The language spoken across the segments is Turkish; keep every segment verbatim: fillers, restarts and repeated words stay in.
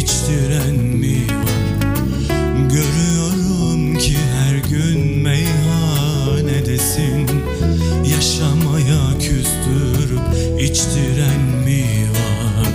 içtiren mi var? Görüyorum ki her gün meyhanedesin. Yaşamaya küstürüp içtiren mi var?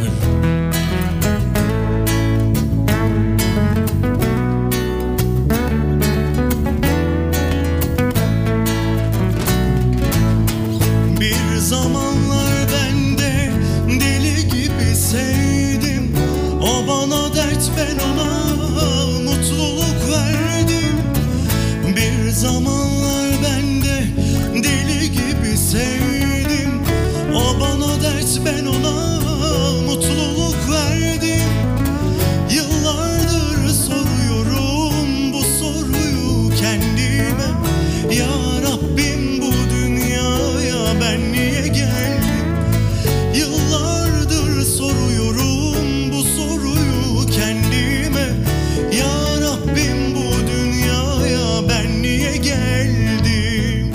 Bir zamanlar ben de deli gibi sevdim. O bana dert, ben ona mutluluk verdim. Bir zamanlar ben de deli gibi sevdim. O bana dert, ben ona mutluluk verdim. Yıllardır soruyorum bu soruyu kendime. Ya Rabbim, bu dünyaya ben niye geldim? Yıllardır soruyorum bu soruyu kendime. Ya Rabbim, bu dünyaya ben niye geldim?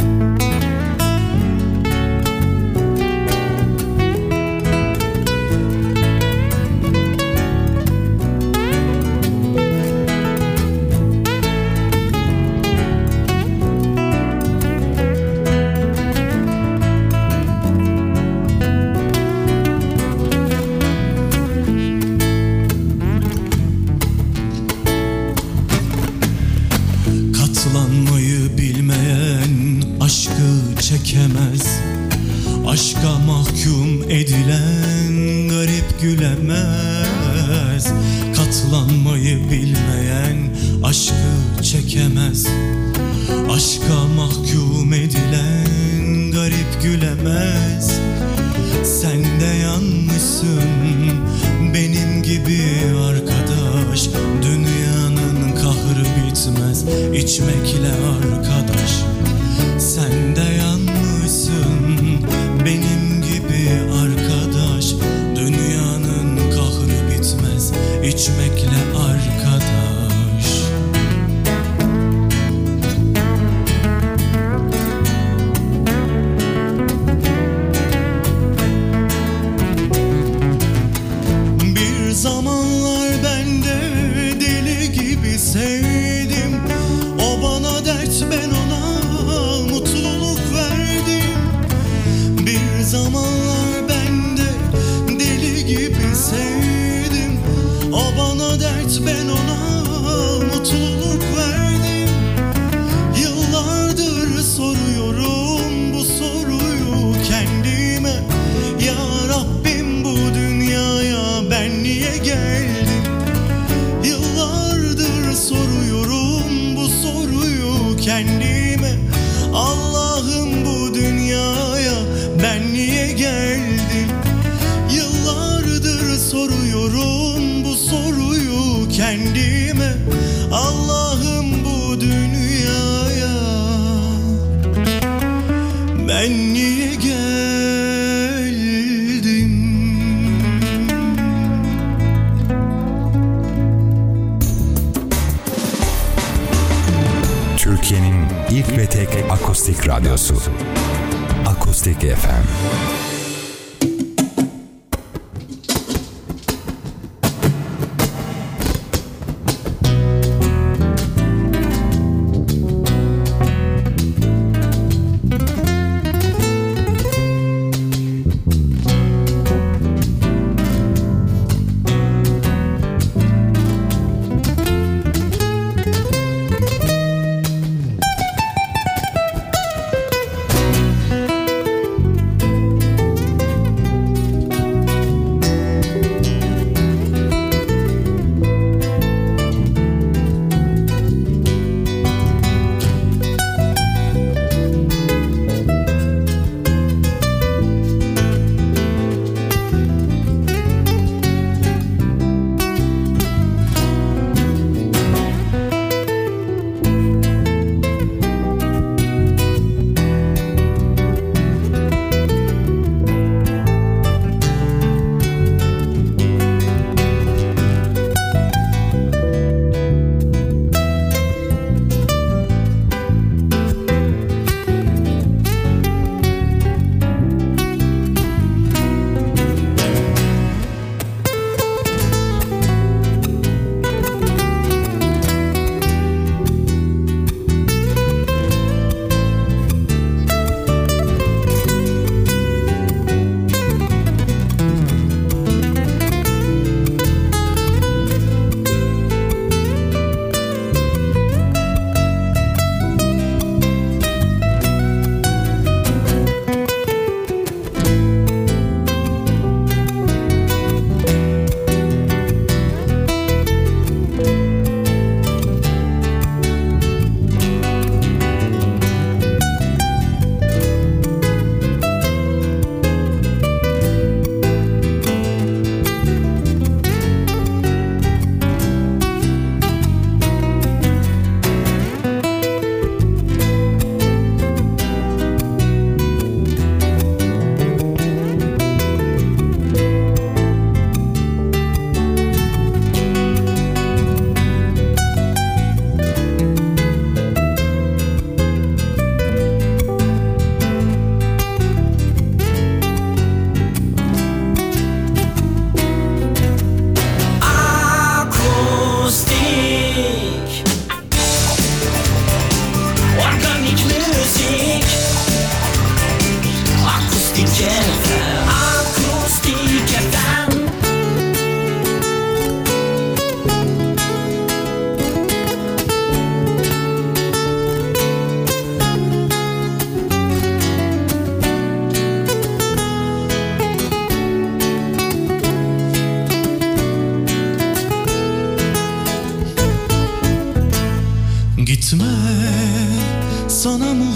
Katlanmayı bilmeyen aşkı çekemez. Aşka mahkum edilen garip gülemez. Katlanmayı bilmeyen aşkı çekemez. Aşka mahkum edilen garip gülemez. Sen de yanmışsın benim gibi arkadaş. Dünyanın kahrı bitmez içmekle arkadaş. Sen de yanmışsın benim gibi arkadaş. Dünyanın kahrı bitmez içmekle arkadaş. Bir zamanlar ben de deli gibi sevdim. O bana dert, ben ona mutluluk verdim. Bir zamanlar ben de deli gibi sevdim. O bana dert, ben ona mutluluk verdim. Yıllardır soruyorum bu soruyu kendime. Ya Rabbim, bu dünyaya ben niye geldim? Yıllardır soruyorum bu soruyu kendime. Allah'ım, bu dünyaya ben niye geldim? Yıllardır soruyorum bu soruyu kendime. Allah'ım, bu dünyaya ben niye geldim? Türkiye'nin ilk ve tek akustik radyosu Akustik F M.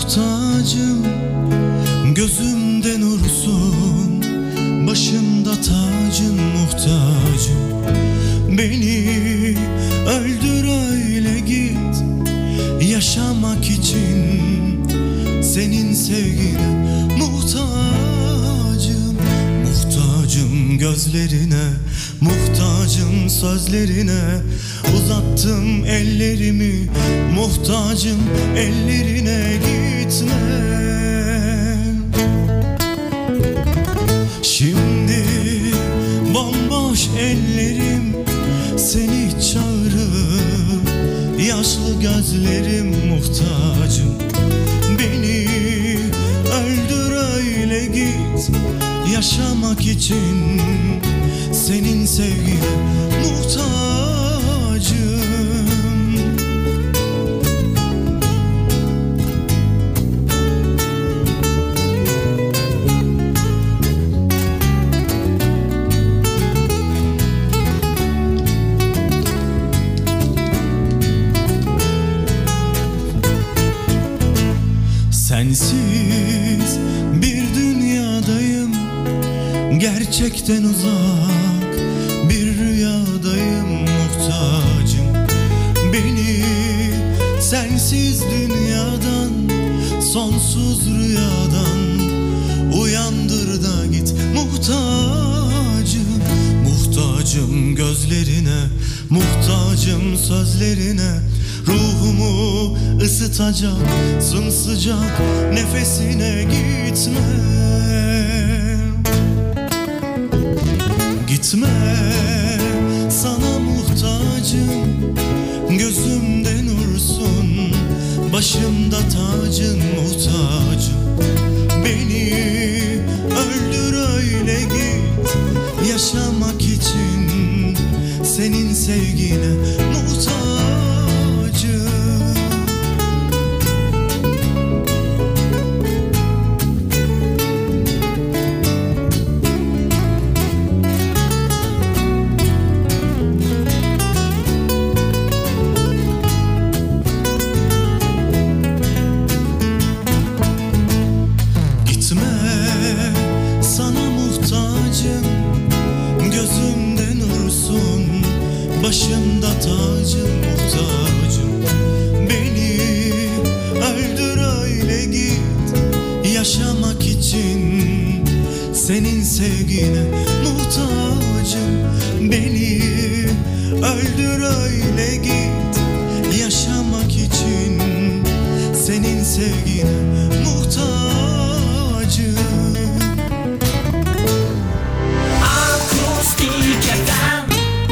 muhtacım, gözümde nursun, başımda tacın muhtacım. Beni öldür öyle git, yaşamak için senin sevgine muhtacım. Muhtacım gözlerine, muhtacım sözlerine, uzattım ellerimi, muhtacım ellerine gitme. Şimdi bomboş ellerim seni çağırır, yaşlı gözlerim muhtacım. Beni öldür öyle git, yaşamak için senin sevgine muhtacım. Sensiz bir dünyadayım, gerçekten uzak bir rüyadayım muhtacım. Beni sensiz dünyadan, sonsuz rüyadan uyandır da git muhtacım. Muhtacım gözlerine, muhtacım sözlerine, ruhumu ısıtacak sımsıcak nefesine gitme. Gitme, sana muhtacım, gözümde nursun, başımda tacın muhtacım. Beni öldür öyle git, yaşamak için senin sevgine muhtacım. Başımda tacım muhtacım. Beni öldür öyle git, yaşamak için senin sevgine muhtacım. Beni öldür öyle git, yaşamak için senin sevgine muhtacım. Akustik F M.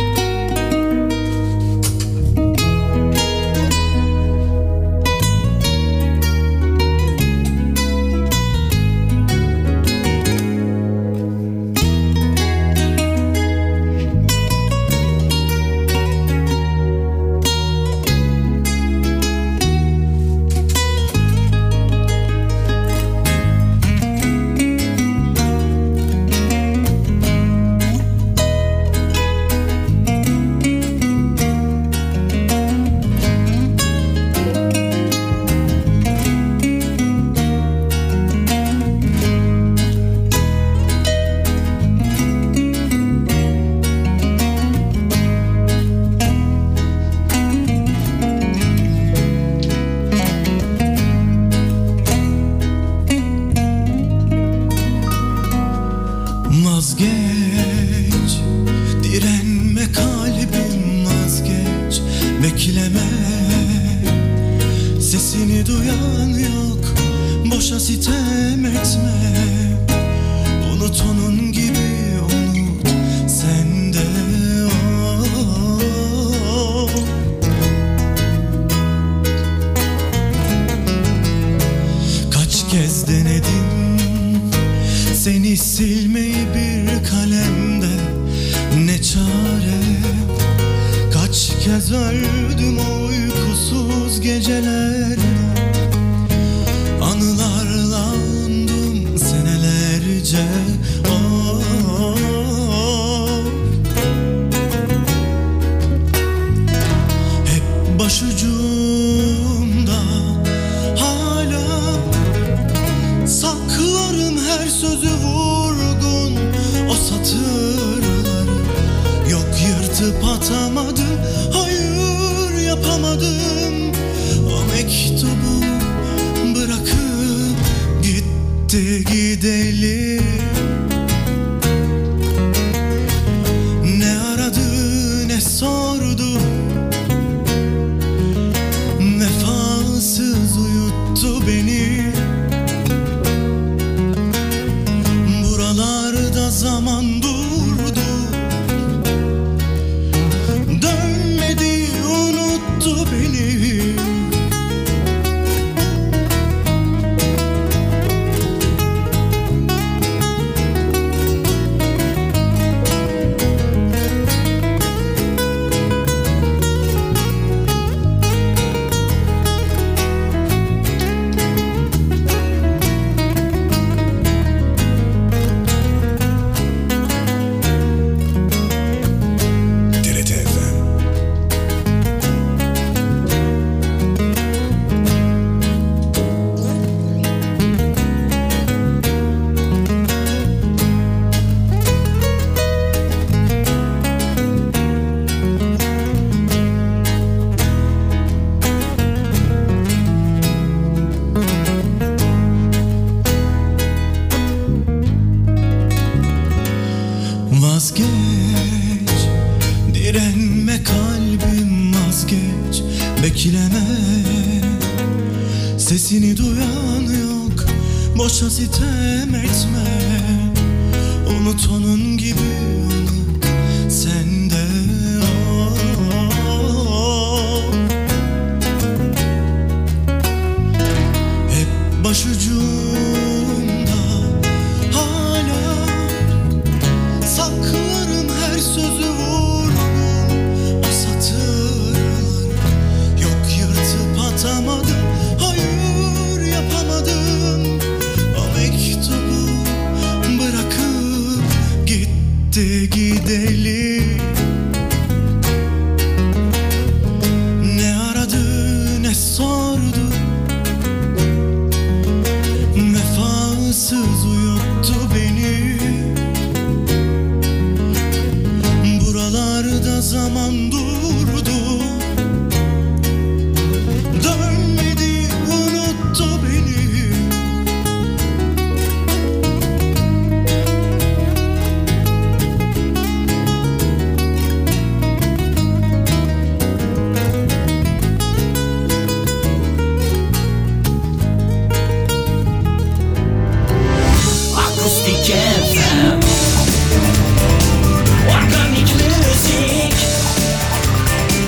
Vazgeç, direnme kalbim vazgeç, bekleme, sesini duyan yok, boşa sitem etme. Unut onun gibi unut, sen de ol. Kaç kez denedim seni silmeyi bir kalemde, ne çare. Kaç kez öldüm uykusuz gecelerde, anılarla andum senelerce. Oh, hep başucumda hala yırtıp atamadım. Hayır yapamadım. O mektubu bırakıp gitti gideli. Ne aradı ne sordu, vefasız uyuttu beni. Buralarda zaman durdu, dönmedi, unuttu beni. Vazgeç, direnme kalbim, vazgeç, bekleme. Sesini duyan yok, boşa sitem etme. Unut onun gibi onu, sen de o. Hep başucumda hala saklarım her sözü, vurdum o satırlar. Yok yırtıp atamadım, hayır yapamadım. O mektubu bırakıp gitti gideli. Ne aradı ne sordu, vefasız uyuttu beni. Buralarda zaman durdu, dönmedi, unuttu beni. Akustik F M, organik müzik.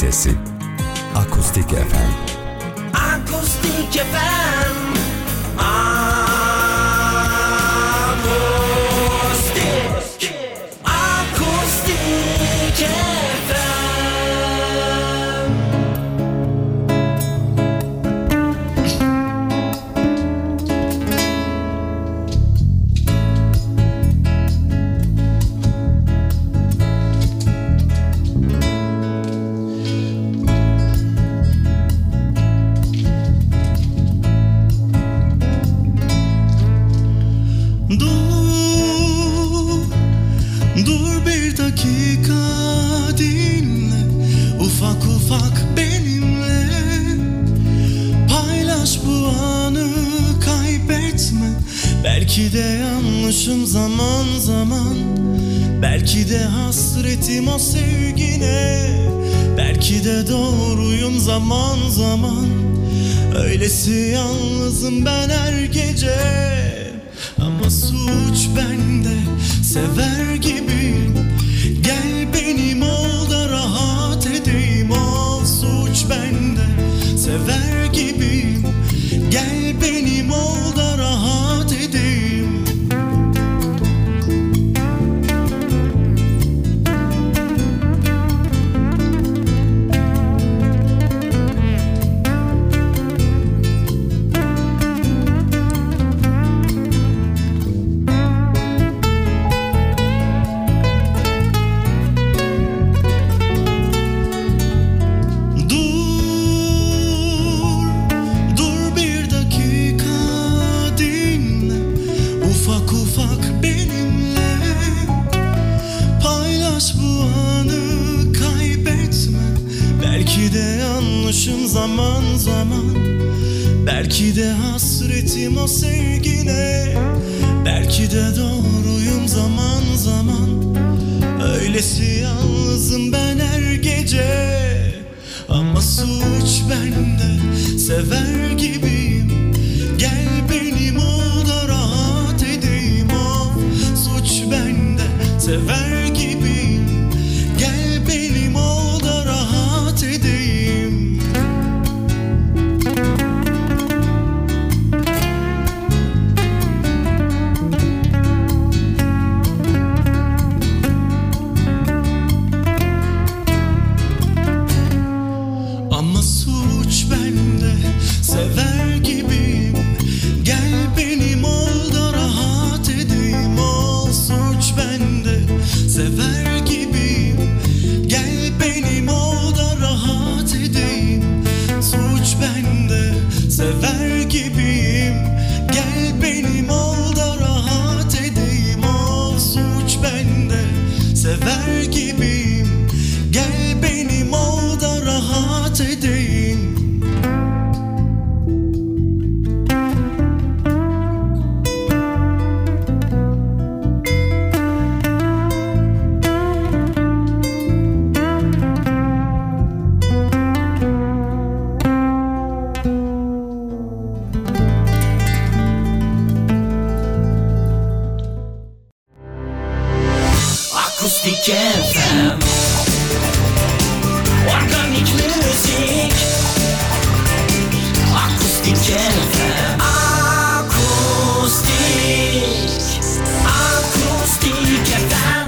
sesi. Akustik F M. Akustik F M. Akustik. Akustik F M. Dur, dur bir dakika dinle, ufak ufak benimle. Paylaş bu anı, kaybetme. Belki de yanlışım zaman zaman, belki de hasretim o sevgine, belki de doğruyum zaman zaman. Öylesi yalnızım ben her gece, ama suç bende, sever gibiyim. Gel benim ol da rahat edeyim. O suç bende, sever gibiyim. Gel benim ol da rahat edeyim. Belki de yanlışım zaman zaman, belki de hasretim o sevgine, belki de doğruyum zaman zaman. Öylesi yalnızım ben her gece, ama suç bende, sever gibiyim. Gel benim ol da rahat edeyim. O suç bende, sever gibiyim. Gel benim ol da rahat edeyim. Ama suç bende, sever gibiyim. Gel benim ol da rahat edeyim. O suç bende, sever gibiyim. Gel benim ol da rahat edeyim. Suç bende, sever gibiyim. Gel benim ol da rahat edeyim. O suç bende, sever gibiyim. Gel benim ol da rahat edeyim. Akustik F M. Organik müzik. Akustik F M. Akustik. Akustik F M.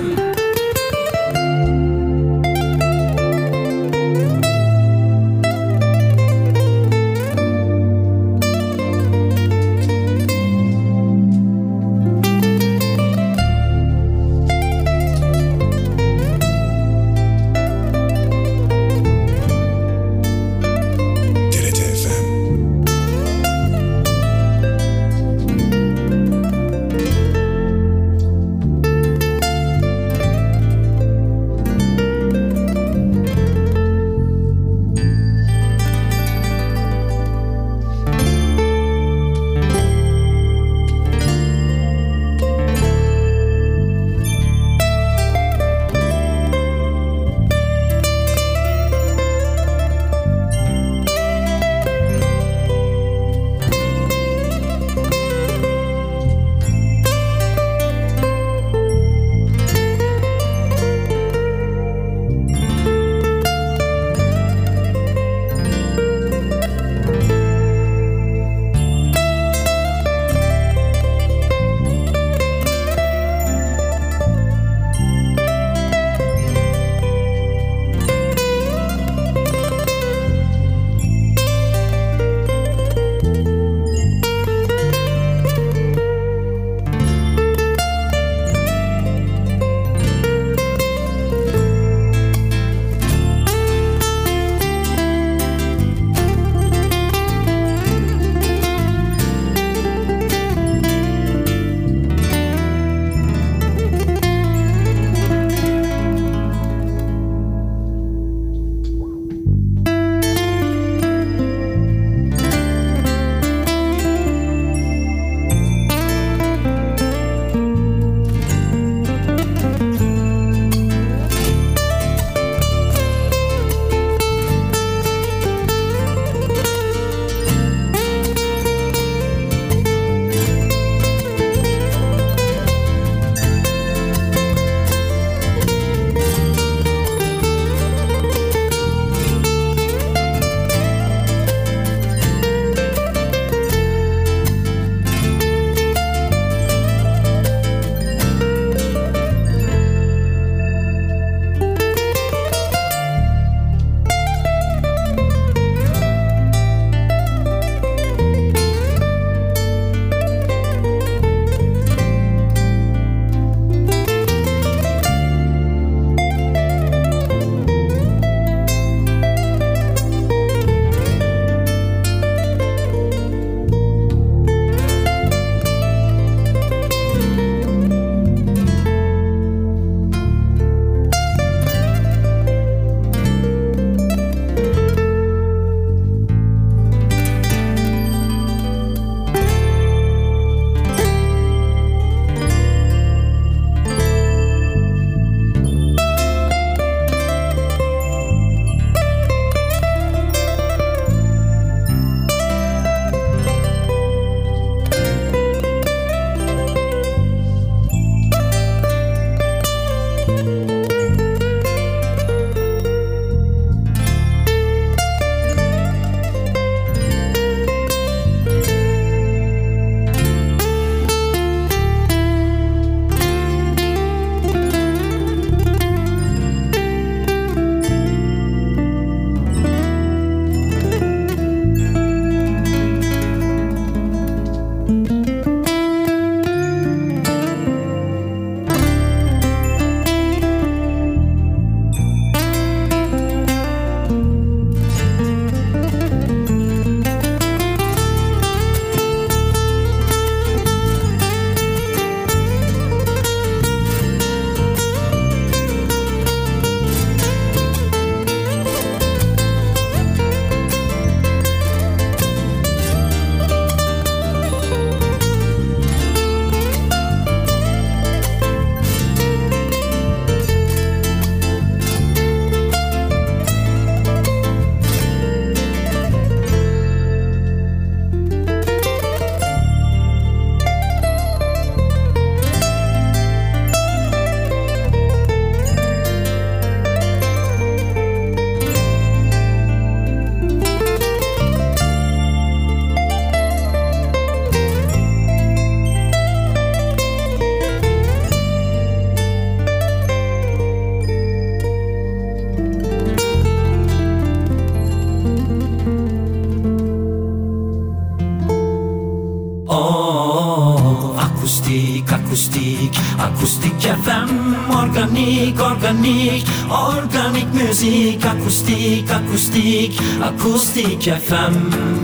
akustik, akustik F M. Organik, organik, organik müzik. Akustik, akustik, akustik F M.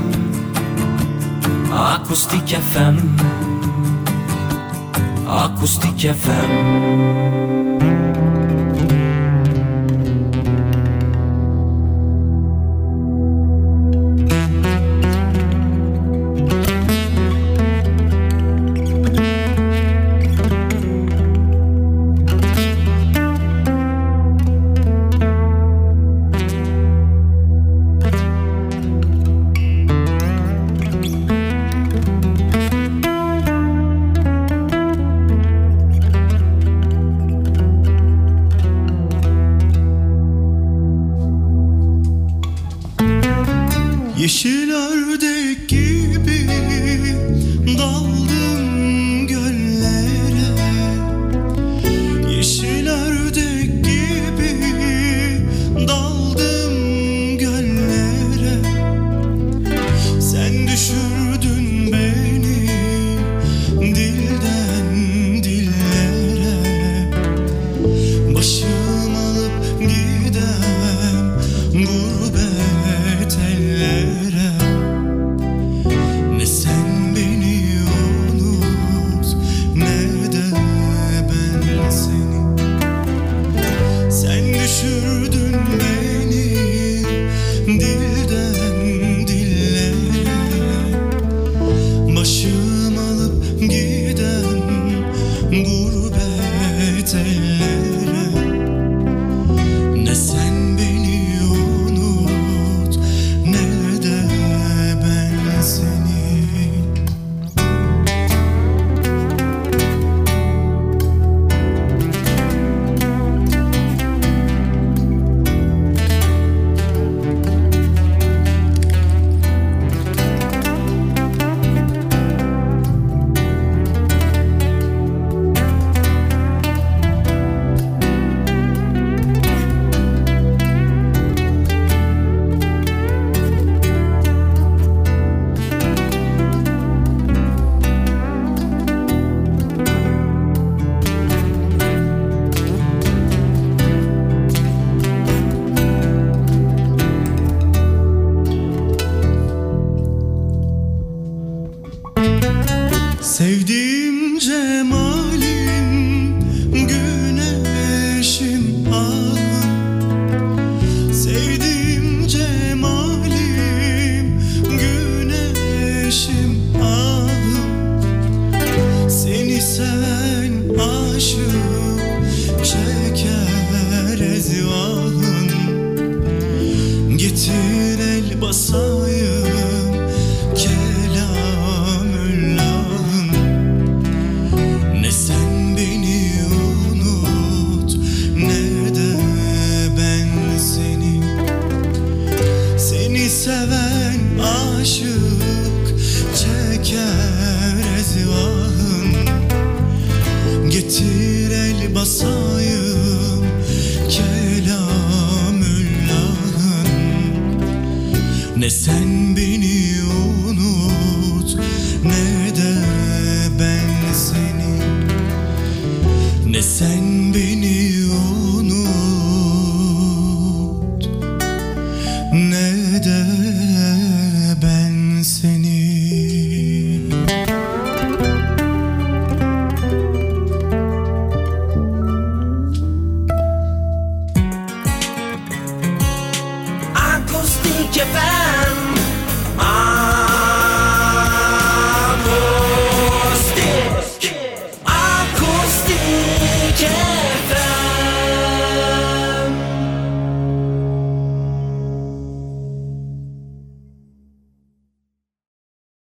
Akustik F M. Akustik F M. Yeşil ördek gibi daldım göllere, yeşil ördek gibi daldım göllere. Sen düşürdün beni dilden dillere, başım alıp gidem gurbet ellere. Ne sen beni unut ne de ben seni. Sen düşürdün beni dilden dillere, başım alıp giden gurbet ellere. Ne sen beni unut ne de ben seni. Sevdiğim cemalin, güneşim ahım. Sevdiğim cemalim, güneşim ahım. Seni seven aşık çeker ezvahın. Getir el basayım kelamüllahın. Ne sen beni unut ne de ben seni. Seni seven aşık çeker ezvahın. Getir el basayım kelamüllahın. Ne sen beni unut ne de ben seni. Ne sen beni